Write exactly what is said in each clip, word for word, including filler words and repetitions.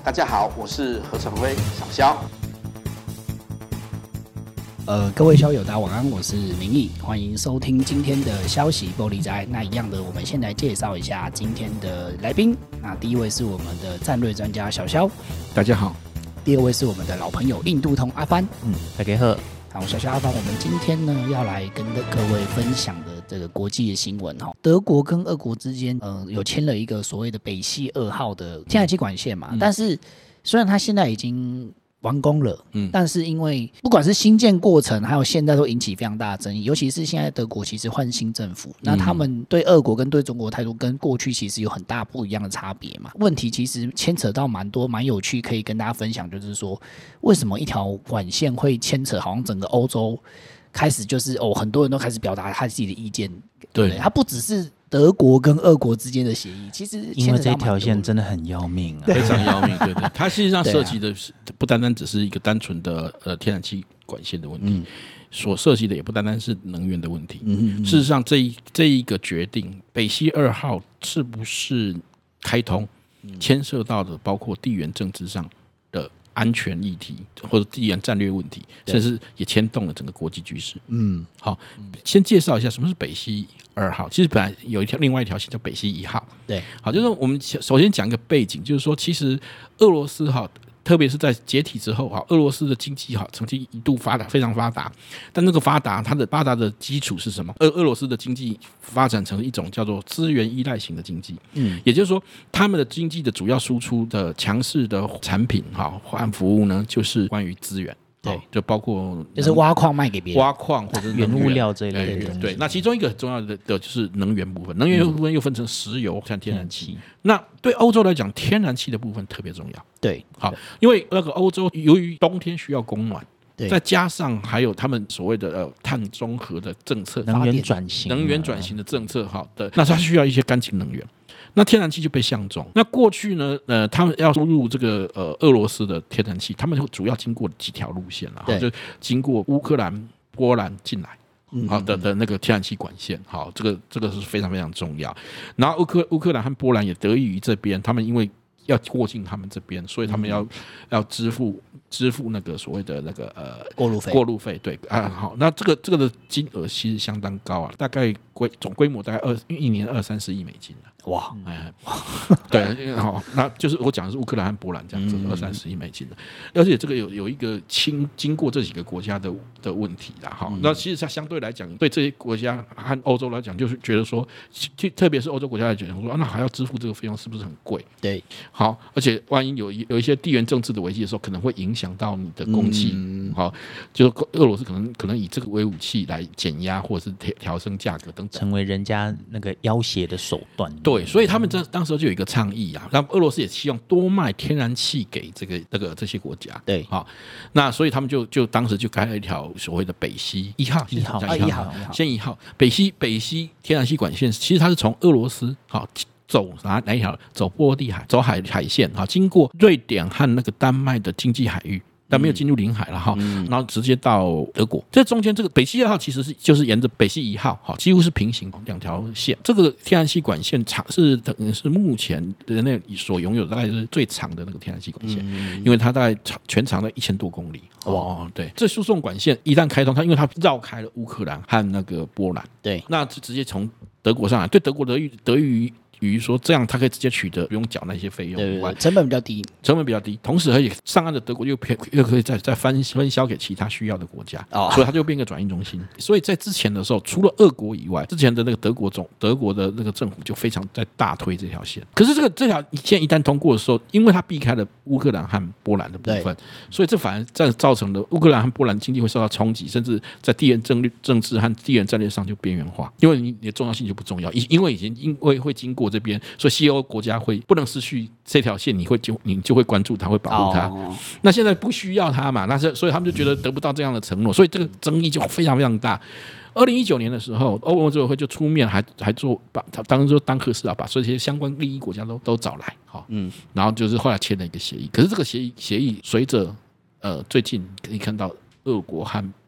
大家好，我是何成辉，小肖。 呃，各位校友大家晚安，我是明义，欢迎收听今天的消息玻璃斋。那一样的，我们先来介绍一下今天的来宾。那第一位是我们的战略专家小肖， 大家好。 第二位是我们的老朋友印度通阿帆， 嗯，大家好。 好，小肖阿帆，我们今天呢要来跟各位分享的这个国际的新闻哈，德国跟俄国之间呃有签了一个所谓的北溪二号的天然气管线嘛，嗯、但是虽然它现在已经完工了，嗯，但是因为不管是新建过程，还有现在都引起非常大的争议，尤其是现在德国其实换新政府，那他们对俄国跟对中国的态度跟过去其实有很大不一样的差别嘛。问题其实牵扯到蛮多蛮有趣，可以跟大家分享，就是说为什么一条管线会牵扯，好像整个欧洲开始就是哦，很多人都开始表达他自己的意见，对，对，他不只是德国跟俄国之间的协议，其实因为这条线真的很要命啊， 非常要命，对对。它实际上涉及的不单单只是一个单纯的呃天然气管线的问题，嗯、所涉及的也不单单是能源的问题。嗯嗯嗯事实上这一，这一个决定，北溪二号是不是开通，牵涉到的包括地缘政治上的安全议题或者地缘战略问题，甚至也牵动了整个国际局势。嗯，好，先介绍一下什么是北溪二号。其实本来有一条另外一条线叫北溪一号。对，好，就是我们首先讲一个背景，就是说，其实俄罗斯哈，特别是在解体之后哈，俄罗斯的经济哈曾经一度发达，非常发达。但那个发达，它的发达的基础是什么？俄俄罗斯的经济发展成一种叫做资源依赖型的经济。嗯，也就是说，他们的经济的主要输出的强势的产品哈和服务呢，就是关于资源。对，就包括就是挖矿卖给别人， 挖矿或者原物料这一类的东西。 对，那其中一个很重要的的就是能源部分，能源部分又分成石油和天然气。嗯、那对欧洲来讲，天然气的部分特别重要。 对， 好，因为那个欧洲由于冬天需要供暖。再加上还有他们所谓的呃碳中和的政策， 能源转型， 能源转型的政策，好的，那它需要一些干净能源，那天然气就被相中。那过去呢，呃，他们要输入这个呃俄罗斯的天然气，他们主要经过几条路线了，就经过乌克兰、波兰进来。好的的那个天然气管线，好，这个这个是非常非常重要。然后乌克乌克兰和波兰也得益于这边，他们因为要过境他们这边，所以他们要、嗯、要支付支付那个所谓的那个呃过路费， 过路费对啊，好，那这个这个的金额其实相当高啊，大概规总规模大概二一年二三十亿美金了。哇，哎，对，好，那就是我讲的是乌克兰和波兰这样子，二三十亿美金的，而且这个有有一个经经过这几个国家的的问题啦，哈、嗯，那其实它相对来讲，对这些国家和欧洲来讲，就是觉得说，特别是欧洲国家来讲说，啊、那还要支付这个费用，是不是很贵？对，好，而且万一有有一些地缘政治的危机的时候，可能会影响到你的供给，嗯、好，就是俄罗斯可能可能以这个为武器来减压或者是调升价格等等， 成为人家那个要挟的手段。 对，所以他们这当时就有一个倡议啊，那俄罗斯也希望多卖天然气给这个这个这些国家。对，好，那所以他们就就当时就开了一条所谓的北溪一号， 一号，啊，一号， 先一号，北溪北溪天然气管线，其实它是从俄罗斯好。走哪哪一条？走波罗的海，走海海线，好，经过瑞典和那个丹麦的经济海域，但没有进入领海了哈，嗯、然后直接到德国。这中间这个北溪二号其实是就是沿着北溪一号，好，几乎是平行两条线。这个天然气管线长是等于是目前人类所拥有的大概是最长的那个天然气管线，嗯、因为它大概全长在一千多公里。哇，对，这输送管线一旦开通，它因为它绕开了乌克兰和那个波兰，对，那直接从德国上来，对德国得益得益于。于说这样，它可以直接取得，不用缴那些费用， 对对对，成本比较低， 成本比较低。同时，而且上岸的德国又又可以再再分分销给其他需要的国家，哦、所以它就变个转运中心。所以在之前的时候，除了俄国以外，之前的那个德国总德国的那个政府就非常在大推这条线。可是这个这条线一旦通过的时候，因为它避开了乌克兰和波兰的部分，所以这反而在造成了乌克兰和波兰经济会受到冲击，甚至在地缘政政治和地缘战略上就边缘化，因为你你的重要性就不重要，因为已经因为会经过这边，所以西欧国家会不能失去这条线，你会就你就会关注它，会保护它。哦、那现在不需要它嘛，那是所以他们就觉得得不到这样的承诺，所以这个争议就非常非常大。二零一九年的时候，欧盟执委会就出面还还做把当时当和事佬，把这些相关利益国家都都找来，好，嗯，然后就是后来签了一个协议。可是这个协议协议随着呃最近可以看到俄国和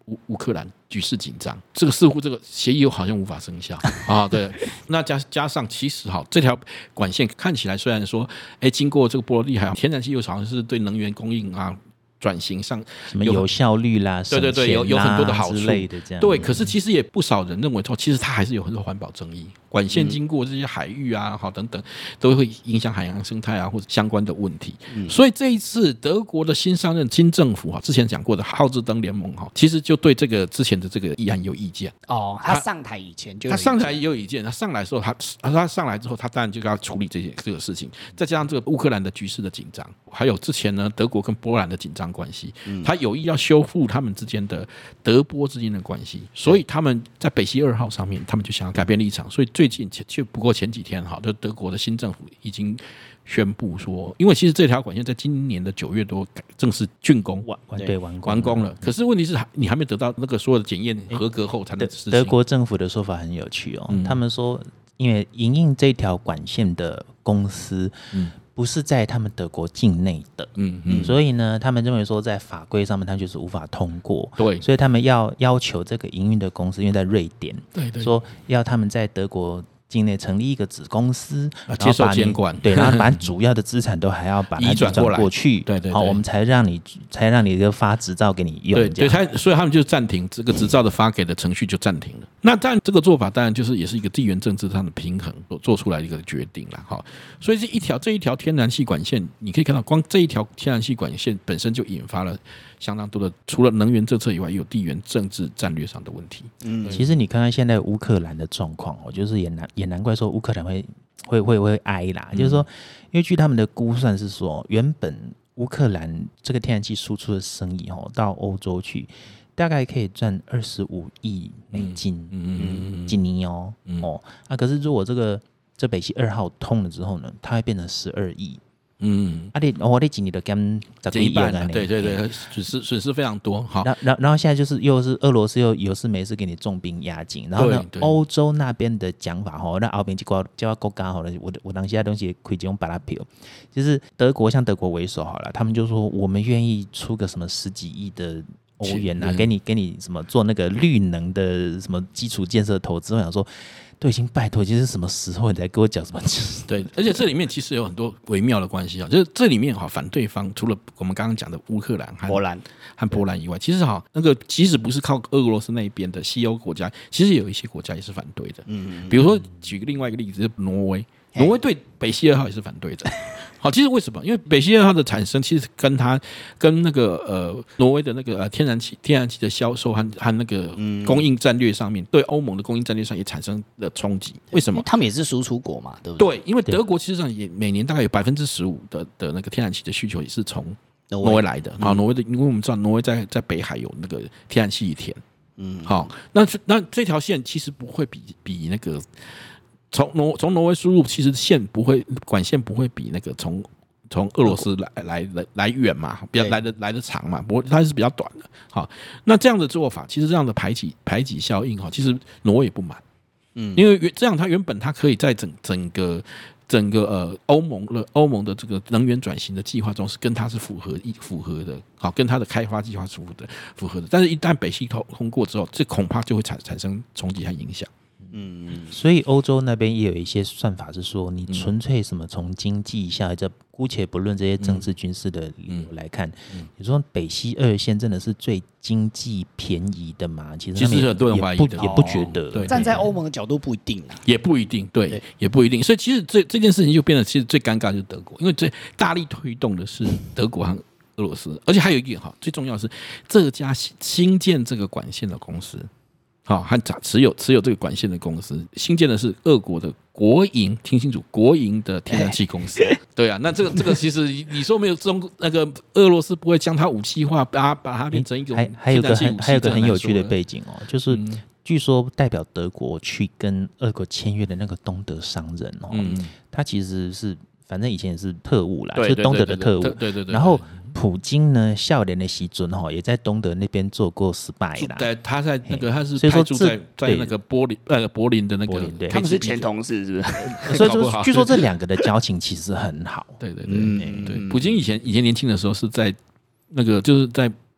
乌乌克兰局势紧张，这个似乎这个协议又好像无法生效啊。对，那加加上其实哈，这条管线看起来虽然说，哎，经过这个波罗的海，天然气又好像是对能源供应啊。转型上什么有效率啦， 对对对，有有很多的好处之类的这样。 对，可是其实也不少人认为说，其实它还是有很多环保争议，管线经过这些海域啊，好等等，都会影响海洋生态啊，或者相关的问题。嗯、所以这一次德国的新上任新政府啊，之前讲过的浩兹登联盟哈，其实就对这个之前的这个议案有意见。 哦，他上台以前就有他上台也有意见，他上来的时候他他上来之后，他当然就要处理这些这个事情，再加上这个乌克兰的局势的紧张，还有之前呢德国跟波兰的紧张关系。嗯他有意要修复他们之间的德波之间的关系，所以他们在北溪二号上面，他们就想要改变立场。所以最近就不过前几天哈，就德国的新政府已经宣布说，因为其实这条管线在今年的九月多正式竣工完对完工完工了，可是问题是你还没得到那个所有的检验合格后才能实行。 德国政府的说法很有趣哦，嗯、他们说因为营运这条管线的公司，嗯。不是在他们德国境内的，嗯嗯，所以呢，他们认为说在法规上面，它就是无法通过， 对， 所以他们要要求这个营运的公司，因为在瑞典， 对对， 说要他们在德国境内成立一个子公司， 啊、接受监管， 对，然后把主要的资产都还要把它移转过去， 对 对, 對， 好，我们才让你才让你发执照给你用， 对对，他所以他们就暂停这个执照的发给的程序就暂停了。那当然这个做法当然就是也是一个地缘政治上的平衡所做出来的一个决定了哈。所以这一条这一条天然气管线，你可以看到光这一条天然气管线本身就引发了相当多的除了能源政策以外，也有地缘政治战略上的问题。 嗯，其实你看看现在乌克兰的状况，我就是也难也难怪说乌克兰会会会会挨啦，嗯、就是说，因为据他们的估算是说，原本乌克兰这个天然气输出的生意哦，到欧洲去，大概可以赚二十五亿美金，嗯嗯，几年哦，嗯、哦，啊，可是如果这个这北溪二号通了之后呢，它会变成十二亿。嗯，啊你我你几年的跟这一半啊，对对对，损失损失非常多。好， 然后然后现在就是又是俄罗斯又有事没事给你重兵压境，然后呢，欧洲那边的讲法哈，那后边就叫叫国家好了，我我当下东西可以用把它票，就是德国像德国为首好了，他们就说我们愿意出个什么十几亿的欧元啊，给你给你什么做那个绿能的什么基础建设投资，我想说。都已经拜托，其实什么时候你才跟我讲什么？ 对，而且这里面其实有很多微妙的关系啊，就是这里面哈，反对方除了我们刚刚讲的乌克兰和波兰和波兰以外，其实哈，那个即使不是靠俄罗斯那边的西欧国家，其实有一些国家也是反对的。嗯，比如说举个另外一个例子，就是挪威，挪威对北溪二号也是反对的。好，其实为什么？因为北溪二号的产生，其实跟它跟那个呃挪威的那个呃天然气天然气的销售和和那个供应战略上面，对欧盟的供应战略上也产生了冲击。为什么？ 他们也是输出国嘛，对不对？ 对，因为德国其实上也每年大概有百分之十五的的那个天然气的需求也是从挪威来的。好，挪威的，因为我们知道挪威在在北海有那个天然气田。嗯，好，那那这条线其实不会比比那个。从挪从挪威输入，其实线不会管线不会比那个从从俄罗斯来来来来远嘛，比较来的来的长嘛，不过它是比较短的。好，那这样的做法，其实这样的排挤排挤效应哈，其实挪威也不满，嗯，因为这样它原本它可以在整整个整个呃欧盟的欧盟的这个能源转型的计划中是跟它是符合符合的，好，跟它的开发计划是符合的符合的，但是一旦北溪通通过之后，这恐怕就会产产生冲击和影响。 嗯，所以欧洲那边也有一些算法是说，你纯粹什么从经济下，这姑且不论这些政治军事的理由来看，嗯，你说北溪二线真的是最经济便宜的吗？其实其实很多人怀疑的， 也不觉得。 对，站在欧盟的角度不一定啊， 也不一定，对，对也不一定。所以其实这这件事情就变得其实最尴尬就是德国，因为最大力推动的是德国和俄罗斯，而且还有一点哈，最重要的是这家新建这个管线的公司。好，和持有持有这个管线的公司，新建的是俄国的国营，听清楚，国营的天然气公司。对啊，那这个这个其实你说没有中那个俄罗斯不会将它武器化，把它把它变成一种还还有个还还有个很有趣的背景哦，就是、嗯、据说代表德国去跟俄国签约的那个东德商人哦，嗯、他其实是反正以前也是特务啦，就东德的特务， 对对对， 然后。普京呢，少年的时阵哈，也在东德那边做过失败啦。 对，他在那个他是派驻在在那个柏林呃柏林的那个， 他们是前同事，是不是？ 所以说，据说这两个的交情其实很好。 对对对对，普京以前以前年轻的时候是在那个就是在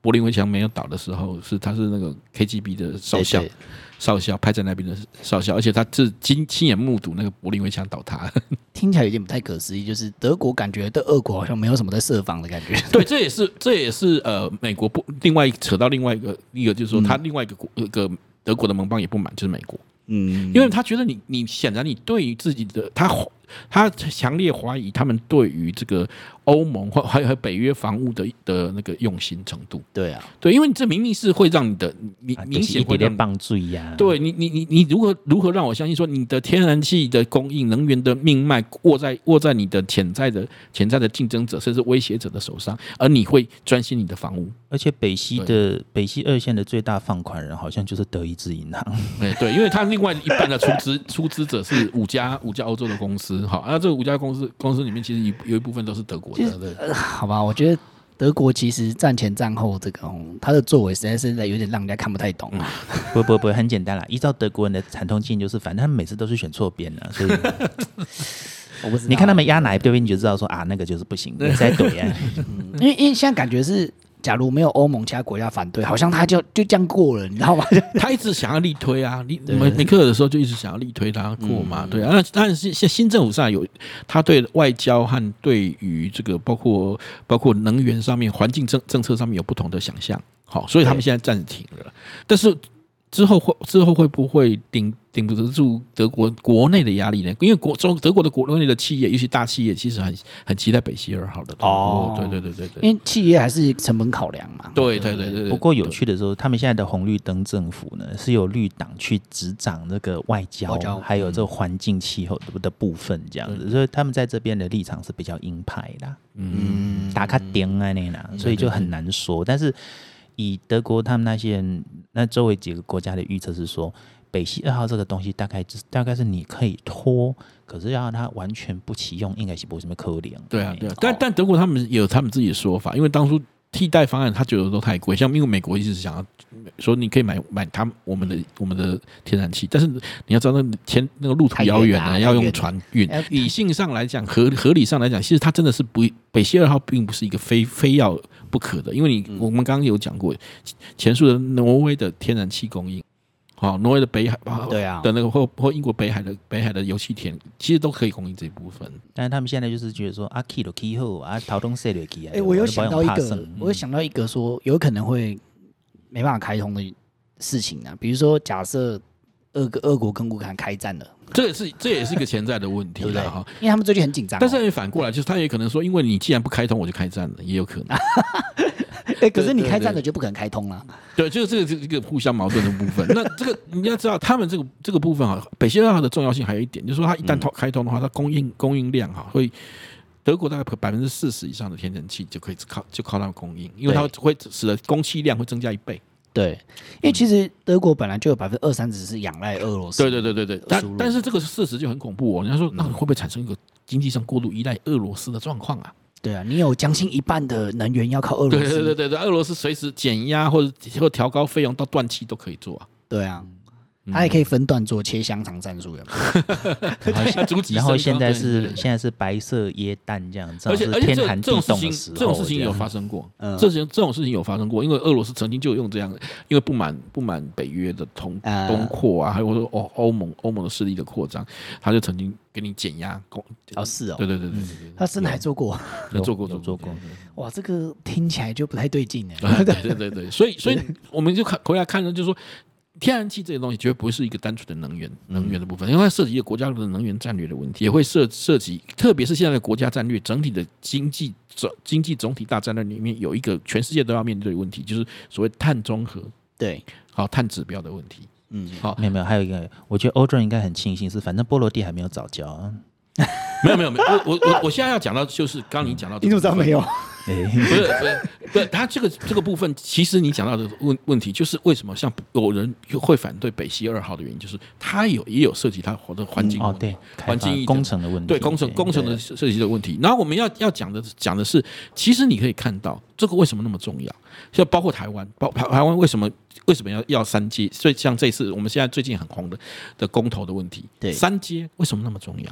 柏林围墙没有倒的时候，是他是那个 K G B 的少校，对对少校派在那边的少校，而且他是亲亲眼目睹那个柏林围墙倒塌。 听起来有点不太可思议，就是德国感觉对俄国好像没有什么在设防的感觉。 对，这也是这也是呃美国不另外扯到另外一个一个就是说，他另外一个一个德国的盟邦也不满，就是美国。嗯，因为他觉得你你显然你对于自己的他他强烈怀疑他们对于这个欧盟或还有北约防务的的那个用心程度。 对啊， 对，因为这明明是会让你的明明显会让帮助呀。 对你你你你如何如何让我相信说你的天然气的供应能源的命脉握在握在你的潜在的潜在的竞争者甚至威胁者的手上，而你会专心你的防务。 而且北溪的北溪二线的最大放款人好像就是德意志银行。 对对，因为他另外一半的出资出资者是五家五家欧洲的公司，好，那这五家公司公司里面其实有一部分都是德国的。对， 呃，好吧，我觉得德国其实战前战后这个、嗯、他的作为实在是有点让人家看不太懂。嗯、 不不不，很简单啦，依照德国人的惨痛经验，就是反正他们每次都是选错边了，所以我不知道你看他们压哪一边，你就知道说啊，那个就是不行，你在怼啊。 嗯、因为因为现在感觉是。假如没有欧盟其他国家反对，好像他就就这样过了，你知道吗？ 他一直想要力推啊，梅梅克尔的时候就一直想要力推他过嘛，嗯、对啊。那但是现新政府上有他对外交和对于这个包括包括能源上面、环境政政策上面有不同的想象，好，所以他们现在暂停了。但是之后会之后会不会顶顶不得住德国国内的压力呢？因为国中德国的国内的企业，尤其大企业，其实很很期待北溪二号的哦，对对对对对， 因为企业还是成本考量嘛。 对对对 对, 对。 不过有趣的时候，他们现在的红绿灯政府呢，是由绿党去执掌这个外交，外交还有这个环境气候的部分，这样子，嗯、所以他们在这边的立场是比较鹰派的，嗯，打卡顶啊那啦，所以就很难说，但是。以德国他们那些人，那周围几个国家的预测是说，北溪二号这个东西大概大概是你可以拖，可是要让它完全不启用，应该是不会什么可怜。 对啊，对啊，但但德国他们也有他们自己的说法，因为当初替代方案他觉得都太贵，像因为美国一直想要说你可以买买他们我们的我们的天然气，但是你要知道那前那个路途遥远呢，要用船运。理性上来讲，合合理上来讲，其实它真的是不北溪二号并不是一个非非要不可的，因为你我们刚刚有讲过，前述的挪威的天然气供应。好，挪威的北海对啊的那个或或英国北海的北海的油气田，其实都可以供应这一部分。 但是他们现在就是觉得说啊 ，key 都 key 后啊，淘东塞的 key 啊。 哎，我有想到一个，我有想到一个说有可能会没办法开通的事情啊，比如说假设俄俄国跟乌克兰开战了， 这也是这也是一个潜在的问题，对不对？ 因为他们最近很紧张、哦。 但是反过来，就是他也可能说，因为你既然不开通，我就开战了，也有可能。 欸、可是你开战了就不可能开通了。 对，就是这个这个互相矛盾的部分。那这个你要知道，他们这个这个部分啊，北溪二号的重要性还有一点，就是说它一旦开通的话，它供应供应量哈会。德国大概百分之四十以上的天然气就可以靠就靠它们供应，因为它会使得供气量会增加一倍。 对，因为其实德国本来就有百分之二三十是仰赖俄罗斯。 对对对对对，但但是这个事实就很恐怖哦。人家说，那会不会产生一个经济上过度依赖俄罗斯的状况啊？ 对啊，你有将近一半的能源要靠俄罗斯。 对对对对，俄罗斯随时减压或者或调高费用到断气都可以做啊。 对啊。它也可以分段做切香肠战术， 然后现在是现在是白色椰蛋这样子， 而且而且这种事情这种事情有发生过，嗯，这这种事情有发生过，因为俄罗斯曾经就用这样，因为不满不满北约的东东扩啊，还有说欧欧盟欧盟的势力的扩张，他就曾经给你减压。 哦，是哦， 对对对对对， 他真的还做过， 有做过有做过， 哇，这个听起来就不太对劲哎。 对对对对，所以所以我们就看回来看呢，就是说。天然气这些东西绝对不是一个单纯的能源能源的部分，因为它涉及一个国家的能源战略的问题，也会涉涉及，特别是现在的国家战略整体的经济总经济总体大战略里面有一个全世界都要面对的问题，就是所谓碳中和， 对， 好碳指标的问题。 嗯，好，没有没有，还有一个，我觉得欧洲人应该很庆幸是，反正波罗的还没有早教啊。 没有没有没有，我我我我现在要讲到就是刚刚你讲到， 你怎么知道没有？ 不是不是不是，他这个这个部分，其实你讲到的问问题，就是为什么像有人会反对北溪二号的原因，就是它有也有涉及它的环境、嗯哦、对环境工程的问题， 对工程工程的涉及的问题。然后我们要要讲的讲的是，其实你可以看到这个为什么那么重要，像包括台湾，包台湾为什么为什么要要三接？所以像这次我们现在最近很红的的公投的问题，对三接为什么那么重要？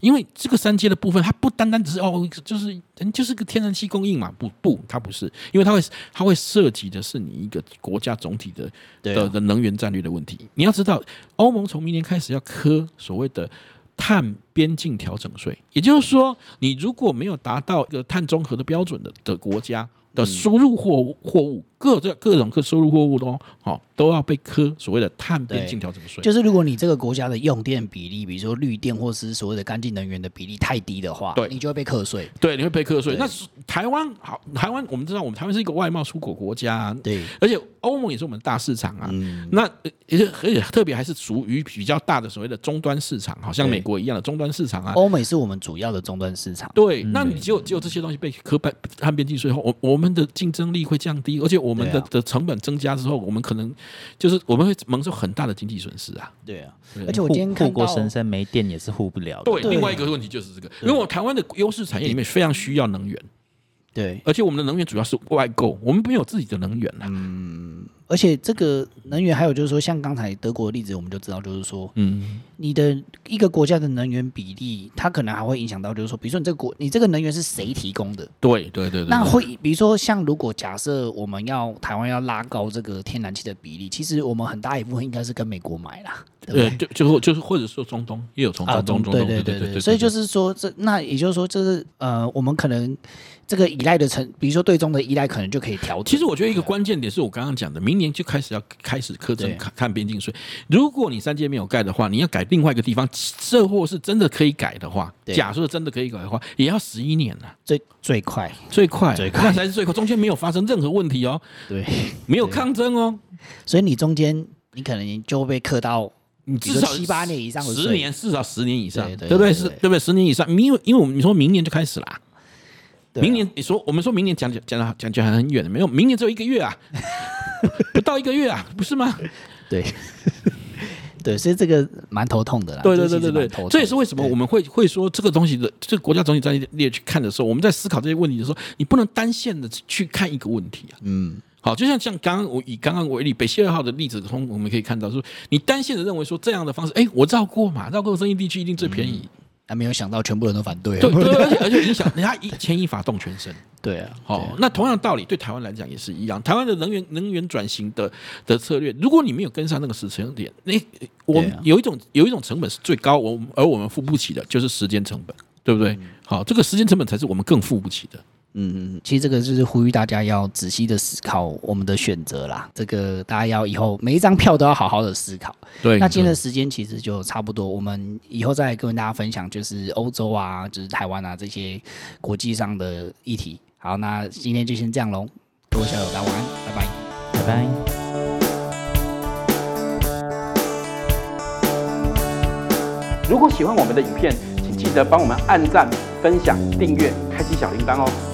因为这个三阶的部分，它不单单只是哦，就是就是个天然气供应嘛，不不，它不是，因为它会它会涉及的是你一个国家总体的的的能源战略的问题。你要知道，欧盟从明年开始要科所谓的碳边境调整税，也就是说，你如果没有达到一个碳中和的标准的的国家的输入货物货物，各各种各收入货物都好、哦、都要被科所谓的碳边境调整税。 就是如果你这个国家的用电比例，比如说绿电或是所谓的干净能源的比例太低的话，对，你就会被课税。 对，你会被课税。那台湾好，台湾我们知道，我们台湾是一个外贸出口国家、啊， 对， 而且欧盟也是我们的大市场啊。嗯、那而且而且特别还是属于比较大的所谓的终端市场，好像美国一样的终端市场啊。 欧美是我们主要的终端市场。 对，那你只有只有这些东西被科碳边境税后，我我们的竞争力会降低，而且我们的、啊、的成本增加之后，我们可能就是我们会蒙受很大的经济损失啊。 对啊，对，而且我今天看到护国神山没电也是护不了的。 对，另外一个问题就是这个，因为我台湾的优势产业里面非常需要能源。 对， 而且我们的能源主要是外购，我们没有自己的能源啊。 嗯，而且这个能源还有就是说，像刚才德国的例子，我们就知道，就是说，嗯，你的一个国家的能源比例，它可能还会影响到，就是说，比如说你这个国，你这个能源是谁提供的？ 对对 对, 对。 那会比如说，像如果假设我们要台湾要拉高这个天然气的比例，其实我们很大一部分应该是跟美国买啦。 对，就就就是或者说中东也有从中东、中东， 对对对对。所以就是说，这那也就是说，就是呃，我们可能这个依赖的程，比如说对中的依赖，可能就可以调整。 其实我觉得一个关键点是我刚刚讲的，明年就开始要开始课征碳边境税。如果你三阶没有盖的话，你要改另外一个地方，这或是真的可以改的话，假设真的可以改的话，也要十一年了。 最最快， 最快， 最快， 那才是最快，中间没有发生任何问题哦。 对， 没有抗争哦。 所以你中间你可能就会被课到。 你至少七八年以上的税， 十年至少十年以上， 对, 对, 对, 对不对？是，对不对？十年以上，因为因为我们你说明年就开始啦， 啊、 明年你说我们说明年讲讲讲讲讲很远的，没有，明年只有一个月啊，不到一个月啊，不是吗？ 对，对，所以这个蛮头痛的啦。 对对对对对，这也是为什么我们会会说这个东西的这个国家总体战略去看的时候，我们在思考这些问题的时候，你不能单线的去看一个问题啊，嗯。好，就像像刚刚我以刚刚为例，北溪二号的例子中，我们可以看到说，你单线的认为说这样的方式，哎，我绕过嘛，绕过生意地区一定最便宜， 还、嗯、没有想到全部人都反对、啊， 对对，而且而且影响人家牵一发动全身， 对啊， 好、哦，那同样道理对台湾来讲也是一样，台湾的能源能源转型的的策略，如果你没有跟上那个时程点，那我们有一种有一种成本是最高，我而我们付不起的，就是时间成本，对不对？嗯、好，这个时间成本才是我们更付不起的。 嗯，其实这个就是呼吁大家要仔细的思考我们的选择啦。这个大家要以后每一张票都要好好的思考。 对， 那今天的时间其实就差不多，我们以后再跟大家分享，就是欧洲啊，就是台湾啊这些国际上的议题。好，那今天就先这样喽，各位小友大家晚安，拜拜， 拜拜。 如果喜欢我们的影片，请记得帮我们按赞、分享、订阅、开启小铃铛哦。